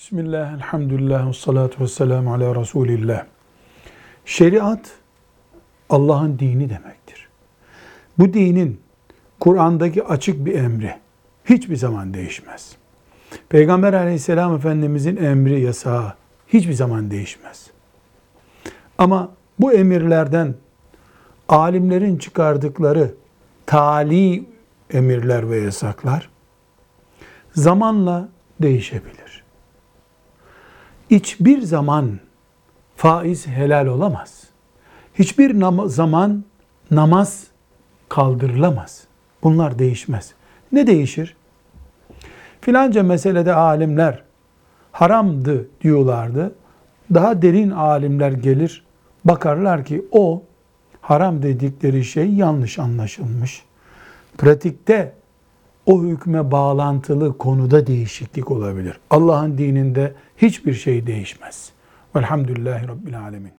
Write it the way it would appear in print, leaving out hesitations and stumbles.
Bismillah, elhamdülillah, ve salatu ve selamu ala Resulillah. Şeriat, Allah'ın dini demektir. Bu dinin Kur'an'daki açık bir emri hiçbir zaman değişmez. Peygamber aleyhisselam Efendimizin emri, yasağı hiçbir zaman değişmez. Ama bu emirlerden alimlerin çıkardıkları tali emirler ve yasaklar zamanla değişebilir. Hiçbir zaman faiz helal olamaz. Hiçbir zaman namaz kaldırılamaz. Bunlar değişmez. Ne değişir? Filanca meselede alimler haramdı diyorlardı. Daha derin alimler gelir, bakarlar ki o haram dedikleri şey yanlış anlaşılmış. Pratikte o hükme bağlantılı konuda değişiklik olabilir. Allah'ın dininde hiçbir şey değişmez. Velhamdülillahi Rabbil Alemin.